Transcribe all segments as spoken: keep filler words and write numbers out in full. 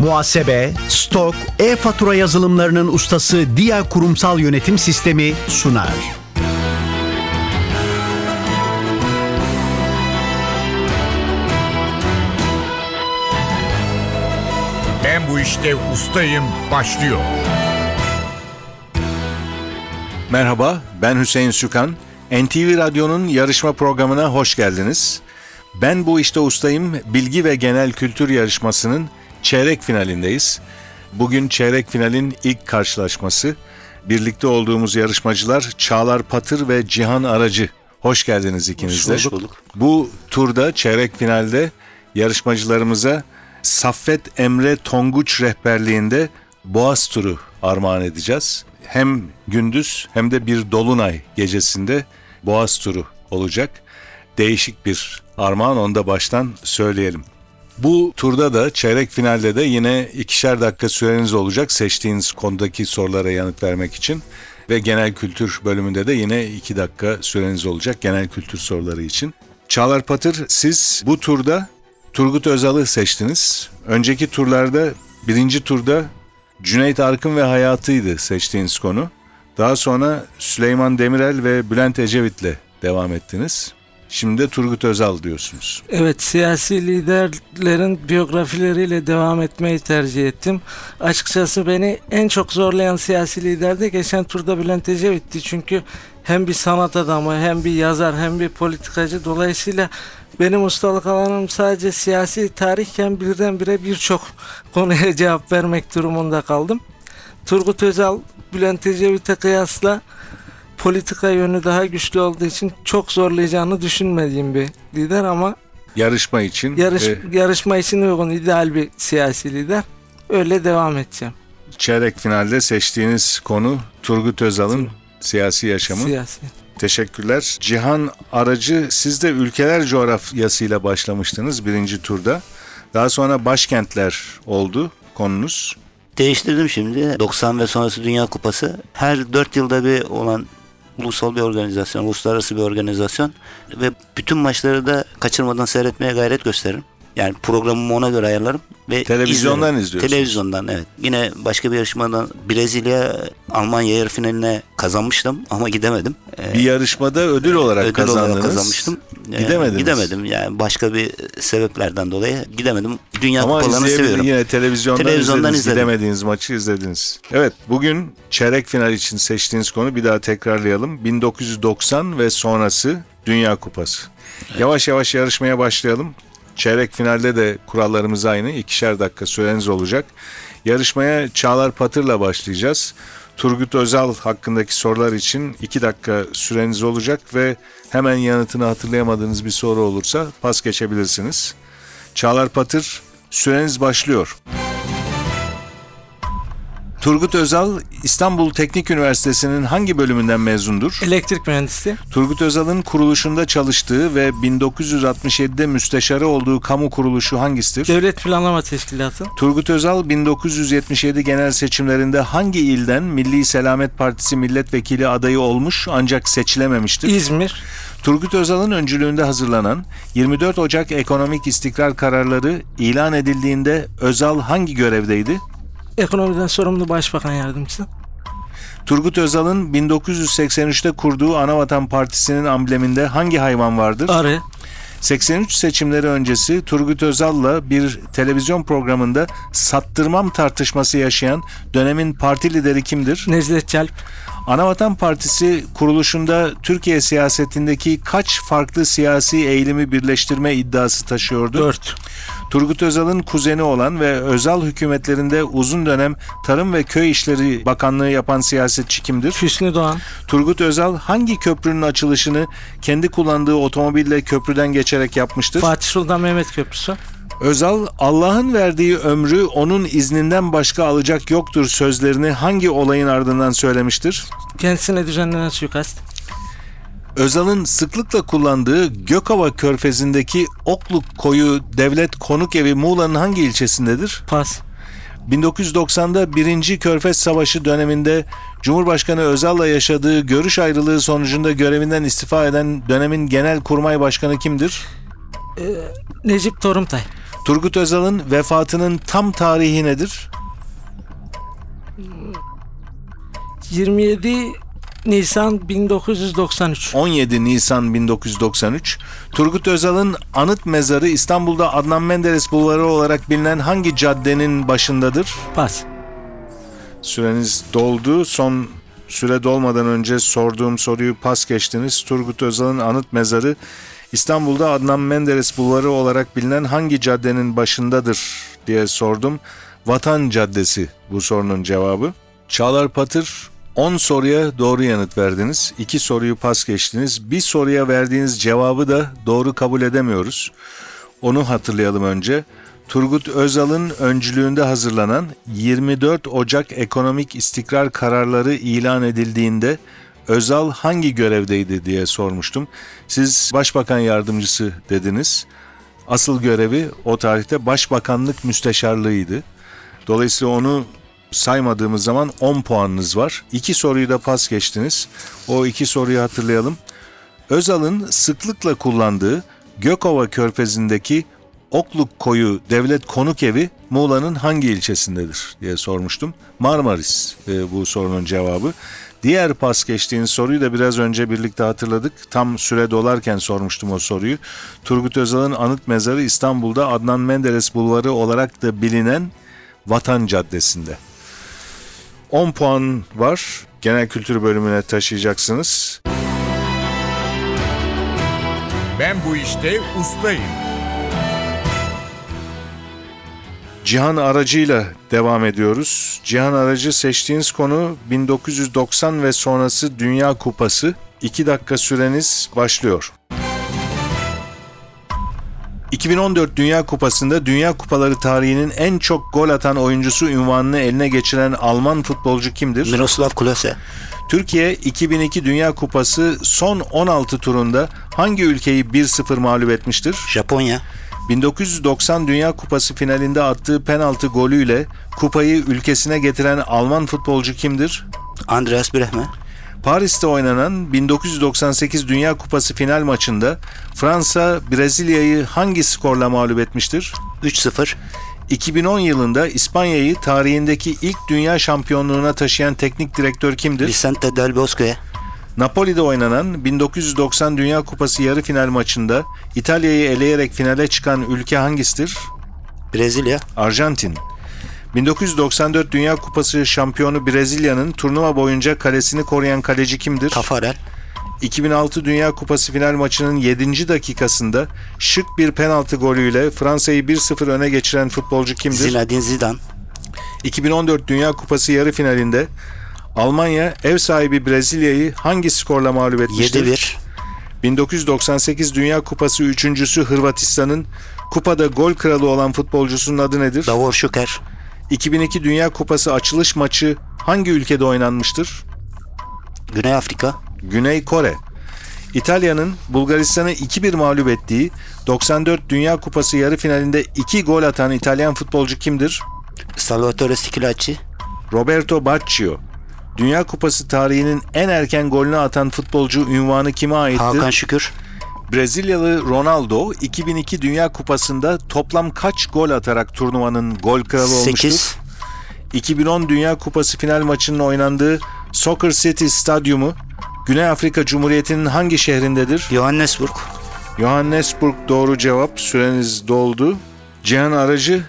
muhasebe, stok, e-fatura yazılımlarının ustası Dia Kurumsal Yönetim Sistemi sunar. Ben bu işte ustayım başlıyor. Merhaba, ben Hüseyin Sükan. N T V Radyo'nun yarışma programına hoş geldiniz. Ben bu işte ustayım bilgi ve genel kültür yarışmasının çeyrek finalindeyiz. Bugün çeyrek finalin ilk karşılaşması. Birlikte olduğumuz yarışmacılar Çağlar Patır ve Cihan Aracı. Hoş geldiniz ikiniz de. Hoş bulduk. Bu turda çeyrek finalde yarışmacılarımıza Saffet Emre Tonguç rehberliğinde Boğaz turu armağan edeceğiz. Hem gündüz hem de bir dolunay gecesinde Boğaz turu olacak. Değişik bir armağan, onu da baştan söyleyelim. Bu turda da çeyrek finalde de yine ikişer dakika süreniz olacak seçtiğiniz konudaki sorulara yanıt vermek için. Ve genel kültür bölümünde de yine iki dakika süreniz olacak genel kültür soruları için. Çağlar Patır, siz bu turda Turgut Özal'ı seçtiniz. Önceki turlarda birinci turda Cüneyt Arkın ve hayatıydı seçtiğiniz konu. Daha sonra Süleyman Demirel ve Bülent Ecevit'le devam ettiniz. Şimdi de Turgut Özal diyorsunuz. Evet, siyasi liderlerin biyografileriyle devam etmeyi tercih ettim. Açıkçası beni en çok zorlayan siyasi lider de geçen turda Bülent Ecevit'ti. Çünkü hem bir sanat adamı, hem bir yazar, hem bir politikacı. Dolayısıyla benim ustalık alanım sadece siyasi tarihken birdenbire birçok konuya cevap vermek durumunda kaldım. Turgut Özal, Bülent Ecevit'e kıyasla politika yönü daha güçlü olduğu için çok zorlayacağını düşünmediğim bir lider ama yarışma için yarış, e, yarışma için uygun, ideal bir siyasi lider. Öyle devam edeceğim. Çeyrek finalde seçtiğiniz konu Turgut Özal'ın siyasi yaşamı. Siyasi. Teşekkürler. Cihan Aracı, siz de ülkeler coğrafyasıyla başlamıştınız birinci turda. Daha sonra başkentler oldu konunuz. Değiştirdim şimdi. doksan ve sonrası Dünya Kupası her dört yılda bir olan ulusal bir organizasyon, uluslararası bir organizasyon ve bütün maçları da kaçırmadan seyretmeye gayret gösteririm. Yani programımı ona göre ayarlarım ve televizyondan izlerim. izliyorsunuz. Televizyondan, evet. Yine başka bir yarışmadan Brezilya Almanya yarı finaline kazanmıştım ama gidemedim. Bir yarışmada ödül olarak ödül kazandınız. olarak kazanmıştım. Gidemediniz. Gidemedim yani başka bir sebeplerden dolayı gidemedim. Dünya ama kupalarını seviyorum. Yine televizyondan, televizyondan izlediniz. izledim. Gidemediğiniz maçı izlediniz. Evet, bugün çeyrek final için seçtiğiniz konu, bir daha tekrarlayalım. bin dokuz yüz doksan ve sonrası Dünya Kupası. Evet. Yavaş yavaş yarışmaya başlayalım. Çeyrek finalde de kurallarımız aynı. İkişer dakika süreniz olacak. Yarışmaya Çağlar Patır'la başlayacağız. Turgut Özal hakkındaki sorular için iki dakika süreniz olacak ve hemen yanıtını hatırlayamadığınız bir soru olursa pas geçebilirsiniz. Çağlar Patır, süreniz başlıyor. Turgut Özal, İstanbul Teknik Üniversitesi'nin hangi bölümünden mezundur? Elektrik mühendisi. Turgut Özal'ın kuruluşunda çalıştığı ve bin dokuz yüz altmış yedide müsteşarı olduğu kamu kuruluşu hangisidir? Devlet Planlama Teşkilatı. Turgut Özal, bin dokuz yüz yetmiş yedi genel seçimlerinde hangi ilden Milli Selamet Partisi milletvekili adayı olmuş ancak seçilememiştir? İzmir. Turgut Özal'ın öncülüğünde hazırlanan yirmi dört Ocak Ekonomik İstikrar Kararları ilan edildiğinde Özal hangi görevdeydi? Ekonomiden sorumlu Başbakan Yardımcısı. Turgut Özal'ın bin dokuz yüz seksen üçte kurduğu Anavatan Partisi'nin ambleminde hangi hayvan vardır? Arı. seksen üç seçimleri öncesi Turgut Özal'la bir televizyon programında sattırmam tartışması yaşayan dönemin parti lideri kimdir? Necdet Çalp. Anavatan Partisi kuruluşunda Türkiye siyasetindeki kaç farklı siyasi eğilimi birleştirme iddiası taşıyordu? Dört. Turgut Özal'ın kuzeni olan ve Özal hükümetlerinde uzun dönem Tarım ve Köy İşleri Bakanlığı yapan siyasetçi kimdir? Hüsnü Doğan. Turgut Özal hangi köprünün açılışını kendi kullandığı otomobille köprüden geçerek yapmıştır? Fatih Sultan Mehmet Köprüsü. Özal, Allah'ın verdiği ömrü onun izninden başka alacak yoktur sözlerini hangi olayın ardından söylemiştir? Kendisine düzenlenen suikast. Özal'ın sıklıkla kullandığı Gökova Körfezi'ndeki Okluk Koyu Devlet Konuk Evi Muğla'nın hangi ilçesindedir? Pas. bin dokuz yüz doksanda birinci Körfez Savaşı döneminde Cumhurbaşkanı Özal'la yaşadığı görüş ayrılığı sonucunda görevinden istifa eden dönemin Genelkurmay Başkanı kimdir? Ee, Necip Torumtay. Turgut Özal'ın vefatının tam tarihi nedir? yirmi yedi Nisan bin dokuz yüz doksan üç. on yedi Nisan bin dokuz yüz doksan üç. Turgut Özal'ın anıt mezarı İstanbul'da Adnan Menderes Bulvarı olarak bilinen hangi caddenin başındadır? Pas. Süreniz doldu. Son süre dolmadan önce sorduğum soruyu pas geçtiniz. Turgut Özal'ın anıt mezarı İstanbul'da Adnan Menderes Bulvarı olarak bilinen hangi caddenin başındadır diye sordum. Vatan Caddesi bu sorunun cevabı. Çağlar Patır, on soruya doğru yanıt verdiniz. iki soruyu pas geçtiniz. Bir soruya verdiğiniz cevabı da doğru kabul edemiyoruz. Onu hatırlayalım önce. Turgut Özal'ın öncülüğünde hazırlanan yirmi dört Ocak Ekonomik İstikrar Kararları ilan edildiğinde Özal hangi görevdeydi diye sormuştum. Siz Başbakan Yardımcısı dediniz. Asıl görevi o tarihte Başbakanlık Müsteşarlığıydı. Dolayısıyla onu saymadığımız zaman on puanınız var. İki soruyu da pas geçtiniz. O iki soruyu hatırlayalım. Özal'ın sıklıkla kullandığı Gökova Körfezi'ndeki Okluk Koyu Devlet Konuk Evi Muğla'nın hangi ilçesindedir diye sormuştum. Marmaris e, bu sorunun cevabı. Diğer pas geçtiğiniz soruyu da biraz önce birlikte hatırladık. Tam süre dolarken sormuştum o soruyu. Turgut Özal'ın anıt mezarı İstanbul'da Adnan Menderes Bulvarı olarak da bilinen Vatan Caddesi'nde. on puan var. Genel kültür bölümüne taşıyacaksınız. Ben bu işte ustayım. Cihan Aracı'yla devam ediyoruz. Cihan Aracı seçtiğiniz konu bin dokuz yüz doksan ve sonrası Dünya Kupası. iki dakika süreniz başlıyor. iki bin on dört Dünya Kupası'nda Dünya Kupaları tarihinin en çok gol atan oyuncusu unvanını eline geçiren Alman futbolcu kimdir? Miroslav Klose. Türkiye iki bin iki Dünya Kupası son on altı turunda hangi ülkeyi bir sıfır mağlup etmiştir? Japonya. bin dokuz yüz doksan Dünya Kupası finalinde attığı penaltı golüyle kupayı ülkesine getiren Alman futbolcu kimdir? Andreas Brehme. Paris'te oynanan bin dokuz yüz doksan sekiz Dünya Kupası final maçında Fransa Brezilya'yı hangi skorla mağlup etmiştir? üç sıfır. iki bin on yılında İspanya'yı tarihindeki ilk dünya şampiyonluğuna taşıyan teknik direktör kimdir? Vicente Del Bosque. Napoli'de oynanan bin dokuz yüz doksan Dünya Kupası yarı final maçında İtalya'yı eleyerek finale çıkan ülke hangisidir? Brezilya. Arjantin. bin dokuz yüz doksan dört Dünya Kupası şampiyonu Brezilya'nın turnuva boyunca kalesini koruyan kaleci kimdir? Tafarel. iki bin altı Dünya Kupası final maçının yedinci dakikasında şık bir penaltı golüyle Fransa'yı bir sıfır öne geçiren futbolcu kimdir? Zinedine Zidane. iki bin on dört Dünya Kupası yarı finalinde Almanya ev sahibi Brezilya'yı hangi skorla mağlup etmiştir? yedi bir. bin dokuz yüz doksan sekiz Dünya Kupası üçüncüsü Hırvatistan'ın kupada gol kralı olan futbolcusunun adı nedir? Davor Şuker. iki bin iki Dünya Kupası açılış maçı hangi ülkede oynanmıştır? Güney Afrika. Güney Kore. İtalya'nın Bulgaristan'ı iki bir mağlup ettiği doksan dört Dünya Kupası yarı finalinde iki gol atan İtalyan futbolcu kimdir? Salvatore Schillaci. Roberto Baggio. Dünya Kupası tarihinin en erken golünü atan futbolcu unvanı kime aitti? Hakan Şükür. Brezilyalı Ronaldo iki bin iki Dünya Kupası'nda toplam kaç gol atarak turnuvanın gol kralı olmuştur? sekiz. iki bin on Dünya Kupası final maçının oynandığı Soccer City Stadyumu Güney Afrika Cumhuriyeti'nin hangi şehrindedir? Johannesburg. Johannesburg doğru cevap. Süreniz doldu. Cihan Aracı,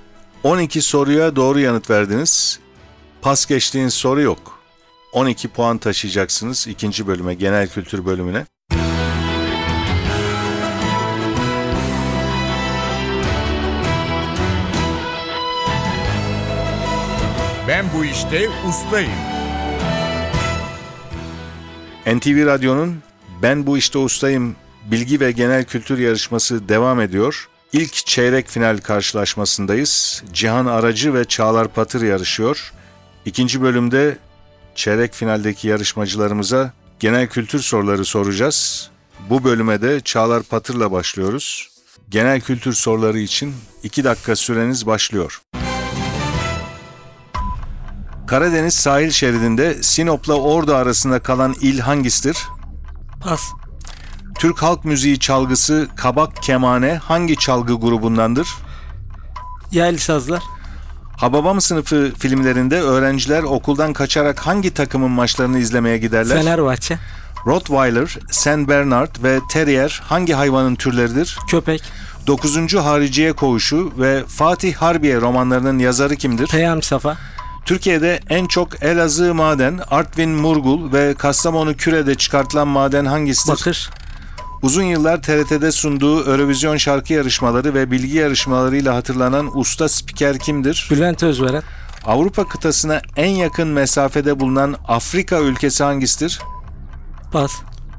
on iki soruya doğru yanıt verdiniz. Pas geçtiğiniz soru yok. on iki puan taşıyacaksınız ikinci bölüme, genel kültür bölümüne. Ben bu işte ustayım. N T V Radyo'nun Ben Bu İşte Ustayım bilgi ve genel kültür yarışması devam ediyor. İlk çeyrek final karşılaşmasındayız. Cihan Aracı ve Çağlar Patır yarışıyor. İkinci bölümde çeyrek finaldeki yarışmacılarımıza genel kültür soruları soracağız. Bu bölüme de Çağlar Patır'la başlıyoruz. Genel kültür soruları için iki dakika süreniz başlıyor. Karadeniz sahil şeridinde Sinop'la Ordu arasında kalan il hangisidir? Pas. Türk halk müziği çalgısı kabak kemane hangi çalgı grubundandır? Yaylı sazlar. Hababam sınıfı filmlerinde öğrenciler okuldan kaçarak hangi takımın maçlarını izlemeye giderler? Fenerbahçe. Rottweiler, Saint Bernard ve Terrier hangi hayvanın türleridir? Köpek. dokuzuncu Hariciye Koğuşu ve Fatih Harbiye romanlarının yazarı kimdir? Peyami Safa. Türkiye'de en çok Elazığ maden, Artvin Murgul ve Kastamonu Küre'de çıkartılan maden hangisidir? Bakır. Uzun yıllar T R T'de sunduğu Eurovision şarkı yarışmaları ve bilgi yarışmalarıyla hatırlanan usta spiker kimdir? Bülent Özveren. Avrupa kıtasına en yakın mesafede bulunan Afrika ülkesi hangisidir? Pas.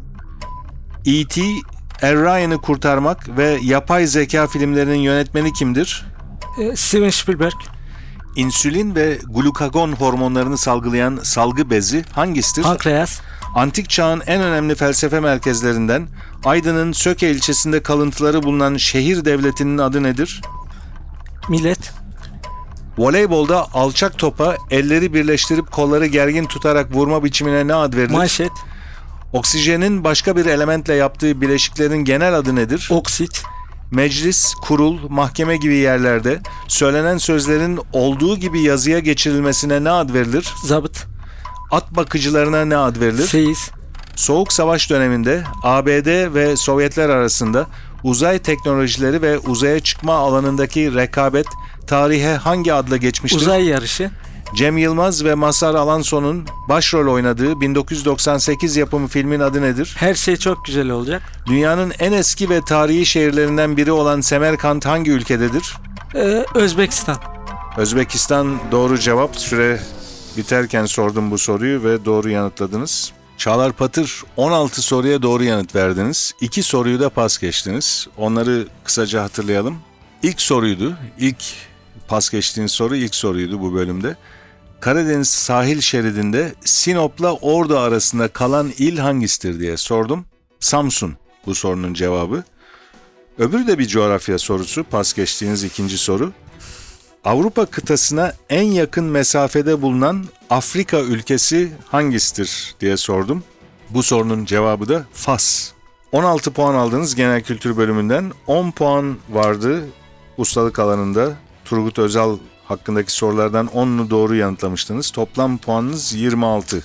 E T, Er Ryan'ı kurtarmak ve yapay zeka filmlerinin yönetmeni kimdir? E, Steven Spielberg. İnsülin ve glukagon hormonlarını salgılayan salgı bezi hangisidir? Pankreas. Antik çağın en önemli felsefe merkezlerinden Aydın'ın Söke ilçesinde kalıntıları bulunan şehir devletinin adı nedir? Millet. Voleybolda alçak topa elleri birleştirip kolları gergin tutarak vurma biçimine ne ad verilir? Manşet. Oksijenin başka bir elementle yaptığı bileşiklerin genel adı nedir? Oksit. Meclis, kurul, mahkeme gibi yerlerde söylenen sözlerin olduğu gibi yazıya geçirilmesine ne ad verilir? Zabıt. At bakıcılarına ne ad verilir? Seyiz. Soğuk Savaş döneminde A B D ve Sovyetler arasında uzay teknolojileri ve uzaya çıkma alanındaki rekabet tarihe hangi adla geçmiştir? Uzay yarışı. Cem Yılmaz ve Mazhar Alanso'nun başrol oynadığı bin dokuz yüz doksan sekiz yapımı filmin adı nedir? Her şey çok güzel olacak. Dünyanın en eski ve tarihi şehirlerinden biri olan Semerkant hangi ülkededir? Ee, Özbekistan. Özbekistan doğru cevap. Süre biterken sordum bu soruyu ve doğru yanıtladınız. Çağlar Patır, on altı soruya doğru yanıt verdiniz. iki soruyu da pas geçtiniz. Onları kısaca hatırlayalım. İlk soruydu. İlk pas geçtiğin soru ilk soruydu bu bölümde. Karadeniz sahil şeridinde Sinop'la Ordu arasında kalan il hangisidir diye sordum. Samsun bu sorunun cevabı. Öbürü de bir coğrafya sorusu. Pas geçtiğiniz ikinci soru. Avrupa kıtasına en yakın mesafede bulunan Afrika ülkesi hangisidir diye sordum. Bu sorunun cevabı da Fas. on altı puan aldınız genel kültür bölümünden. on puan vardı ustalık alanında. Turgut Özal hakkındaki sorulardan onunu doğru yanıtlamıştınız. Toplam puanınız yirmi altı.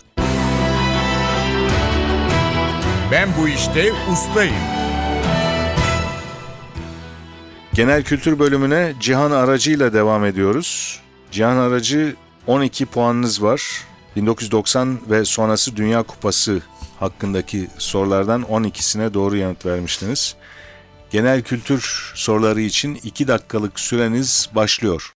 Ben bu işte ustayım. Genel kültür bölümüne Cihan Aracı ile devam ediyoruz. Cihan Aracı on iki puanınız var. bin dokuz yüz doksan ve sonrası Dünya Kupası hakkındaki sorulardan on ikisine doğru yanıt vermiştiniz. Genel kültür soruları için iki dakikalık süreniz başlıyor.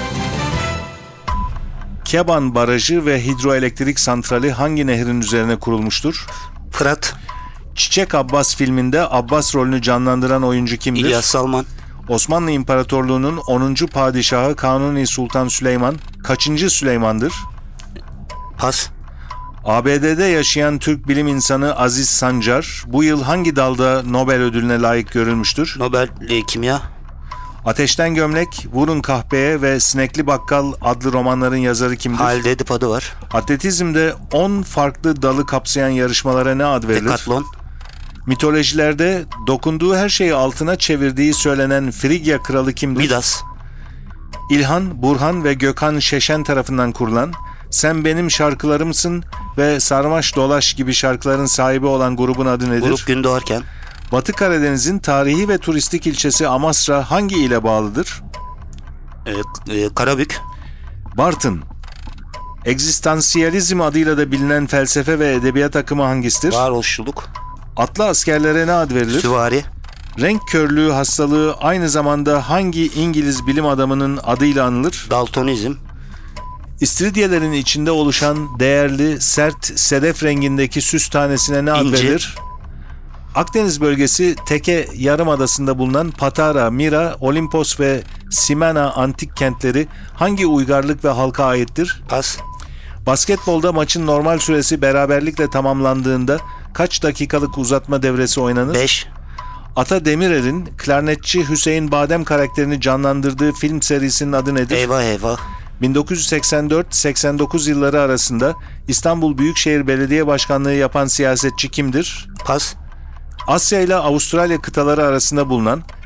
Keban Barajı ve hidroelektrik santrali hangi nehrin üzerine kurulmuştur? Fırat. Çiçek Abbas filminde Abbas rolünü canlandıran oyuncu kimdir? İlyas Salman. Osmanlı İmparatorluğu'nun onuncu padişahı Kanuni Sultan Süleyman kaçıncı Süleyman'dır? Pas. A B D'de yaşayan Türk bilim insanı Aziz Sancar bu yıl hangi dalda Nobel ödülüne layık görülmüştür? Nobel e, Kimya. Ateşten Gömlek, Vurun Kahpeye ve Sinekli Bakkal adlı romanların yazarı kimdir? Halide Edip adı var. Atletizmde on farklı dalı kapsayan yarışmalara ne ad verilir? Dekatlon. Mitolojilerde dokunduğu her şeyi altına çevirdiği söylenen Frigya kralı kimdir? Midas. İlhan, Burhan ve Gökhan Şeşen tarafından kurulan Sen Benim Şarkılarımsın ve Sarmaş Dolaş gibi şarkıların sahibi olan grubun adı nedir? Grup Gün Doğarken. Batı Karadeniz'in tarihi ve turistik ilçesi Amasra hangi ile bağlıdır? E, e, Karabük. Bartın. Egzistansiyalizm adıyla da bilinen felsefe ve edebiyat akımı hangisidir? Varoluşçuluk. Atlı askerlere ne ad verilir? Süvari. Renk körlüğü hastalığı aynı zamanda hangi İngiliz bilim adamının adıyla anılır? Daltonizm. İstiridiyelerin içinde oluşan değerli, sert, sedef rengindeki süs tanesine ne ad İnci. verilir? Akdeniz bölgesi Teke Yarımadası'nda bulunan Patara, Mira, Olimpos ve Simena antik kentleri hangi uygarlık ve halka aittir? Pas. Basketbolda maçın normal süresi beraberlikle tamamlandığında kaç dakikalık uzatma devresi oynanır? beş. Ata Demirer'in klarnetçi Hüseyin Badem karakterini canlandırdığı film serisinin adı nedir? Eyvah eyvah. bin dokuz yüz seksen dört seksen dokuz yılları arasında İstanbul Büyükşehir Belediye Başkanlığı yapan siyasetçi kimdir? Pas. Asya ile Avustralya kıtaları arasında bulunan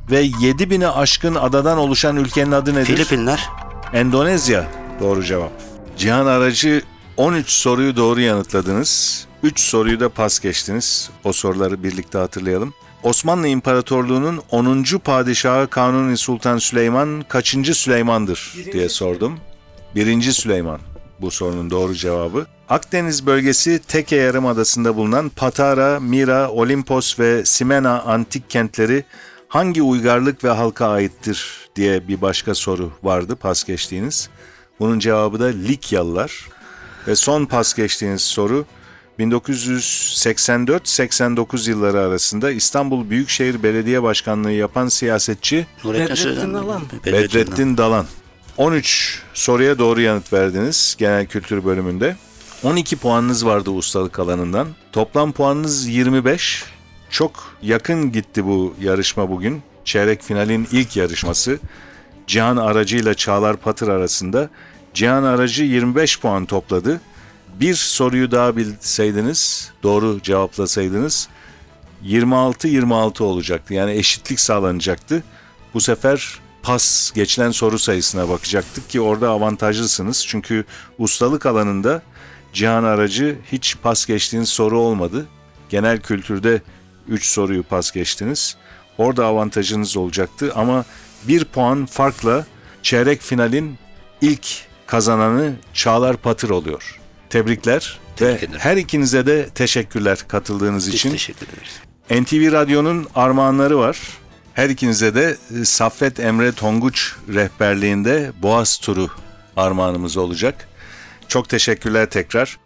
ve yedi bini aşkın adadan oluşan ülkenin adı nedir? Filipinler. Endonezya. Doğru cevap. Cihan Aracı on üç soruyu doğru yanıtladınız. üç soruyu da pas geçtiniz. O soruları birlikte hatırlayalım. Osmanlı İmparatorluğu'nun onuncu padişahı Kanuni Sultan Süleyman kaçıncı Süleyman'dır diye sordum. Birinci Süleyman bu sorunun doğru cevabı. Akdeniz bölgesi Teke Yarımadası'nda bulunan Patara, Mira, Olimpos ve Simena antik kentleri hangi uygarlık ve halka aittir diye bir başka soru vardı pas geçtiğiniz. Bunun cevabı da Likyalılar. Ve son pas geçtiğiniz soru bin dokuz yüz seksen dört seksen dokuz yılları arasında İstanbul Büyükşehir Belediye Başkanlığı yapan siyasetçi Nurettin Bedrettin Sözen. Dalan. Bedrettin Dalan. on üç soruya doğru yanıt verdiniz genel kültür bölümünde. on iki puanınız vardı ustalık alanından. Toplam puanınız yirmi beş. Çok yakın gitti bu yarışma bugün. Çeyrek finalin ilk yarışması. Cihan Aracı ile Çağlar Patır arasında. Cihan Aracı yirmi beş puan topladı. Bir soruyu daha bilseydiniz, doğru cevaplasaydınız yirmi altı yirmi altı olacaktı. Yani eşitlik sağlanacaktı. Bu sefer pas geçilen soru sayısına bakacaktık ki orada avantajlısınız. Çünkü ustalık alanında Cihan Aracı hiç pas geçtiğiniz soru olmadı. Genel kültürde üç soruyu pas geçtiniz. Orada avantajınız olacaktı ama bir puan farkla çeyrek finalin ilk kazananı Çağlar Patır oluyor. Tebrikler ve ederim. her ikinize de teşekkürler katıldığınız Biz için. teşekkür ederiz. N T V Radyo'nun armağanları var. Her ikinize de e, Saffet Emre Tonguç rehberliğinde Boğaz Turu armağanımız olacak. Çok teşekkürler tekrar.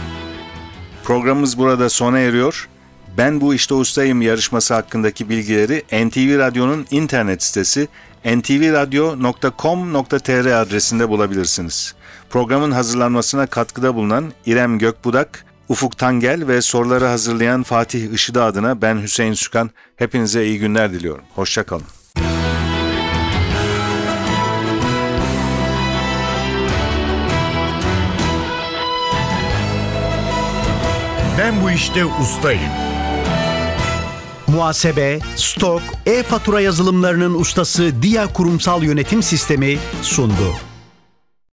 Programımız burada sona eriyor. Ben bu işte ustayım yarışması hakkındaki bilgileri N T V Radyo'nun internet sitesi en ti vi radyo nokta com nokta tr adresinde bulabilirsiniz. Programın hazırlanmasına katkıda bulunan İrem Gökbudak, Ufuk Tangel ve soruları hazırlayan Fatih Işıdı adına ben Hüseyin Sükan. Hepinize iyi günler diliyorum. Hoşça kalın. Ben bu işte ustayım. Muhasebe, stok, e-fatura yazılımlarının ustası Dia Kurumsal Yönetim Sistemi sundu.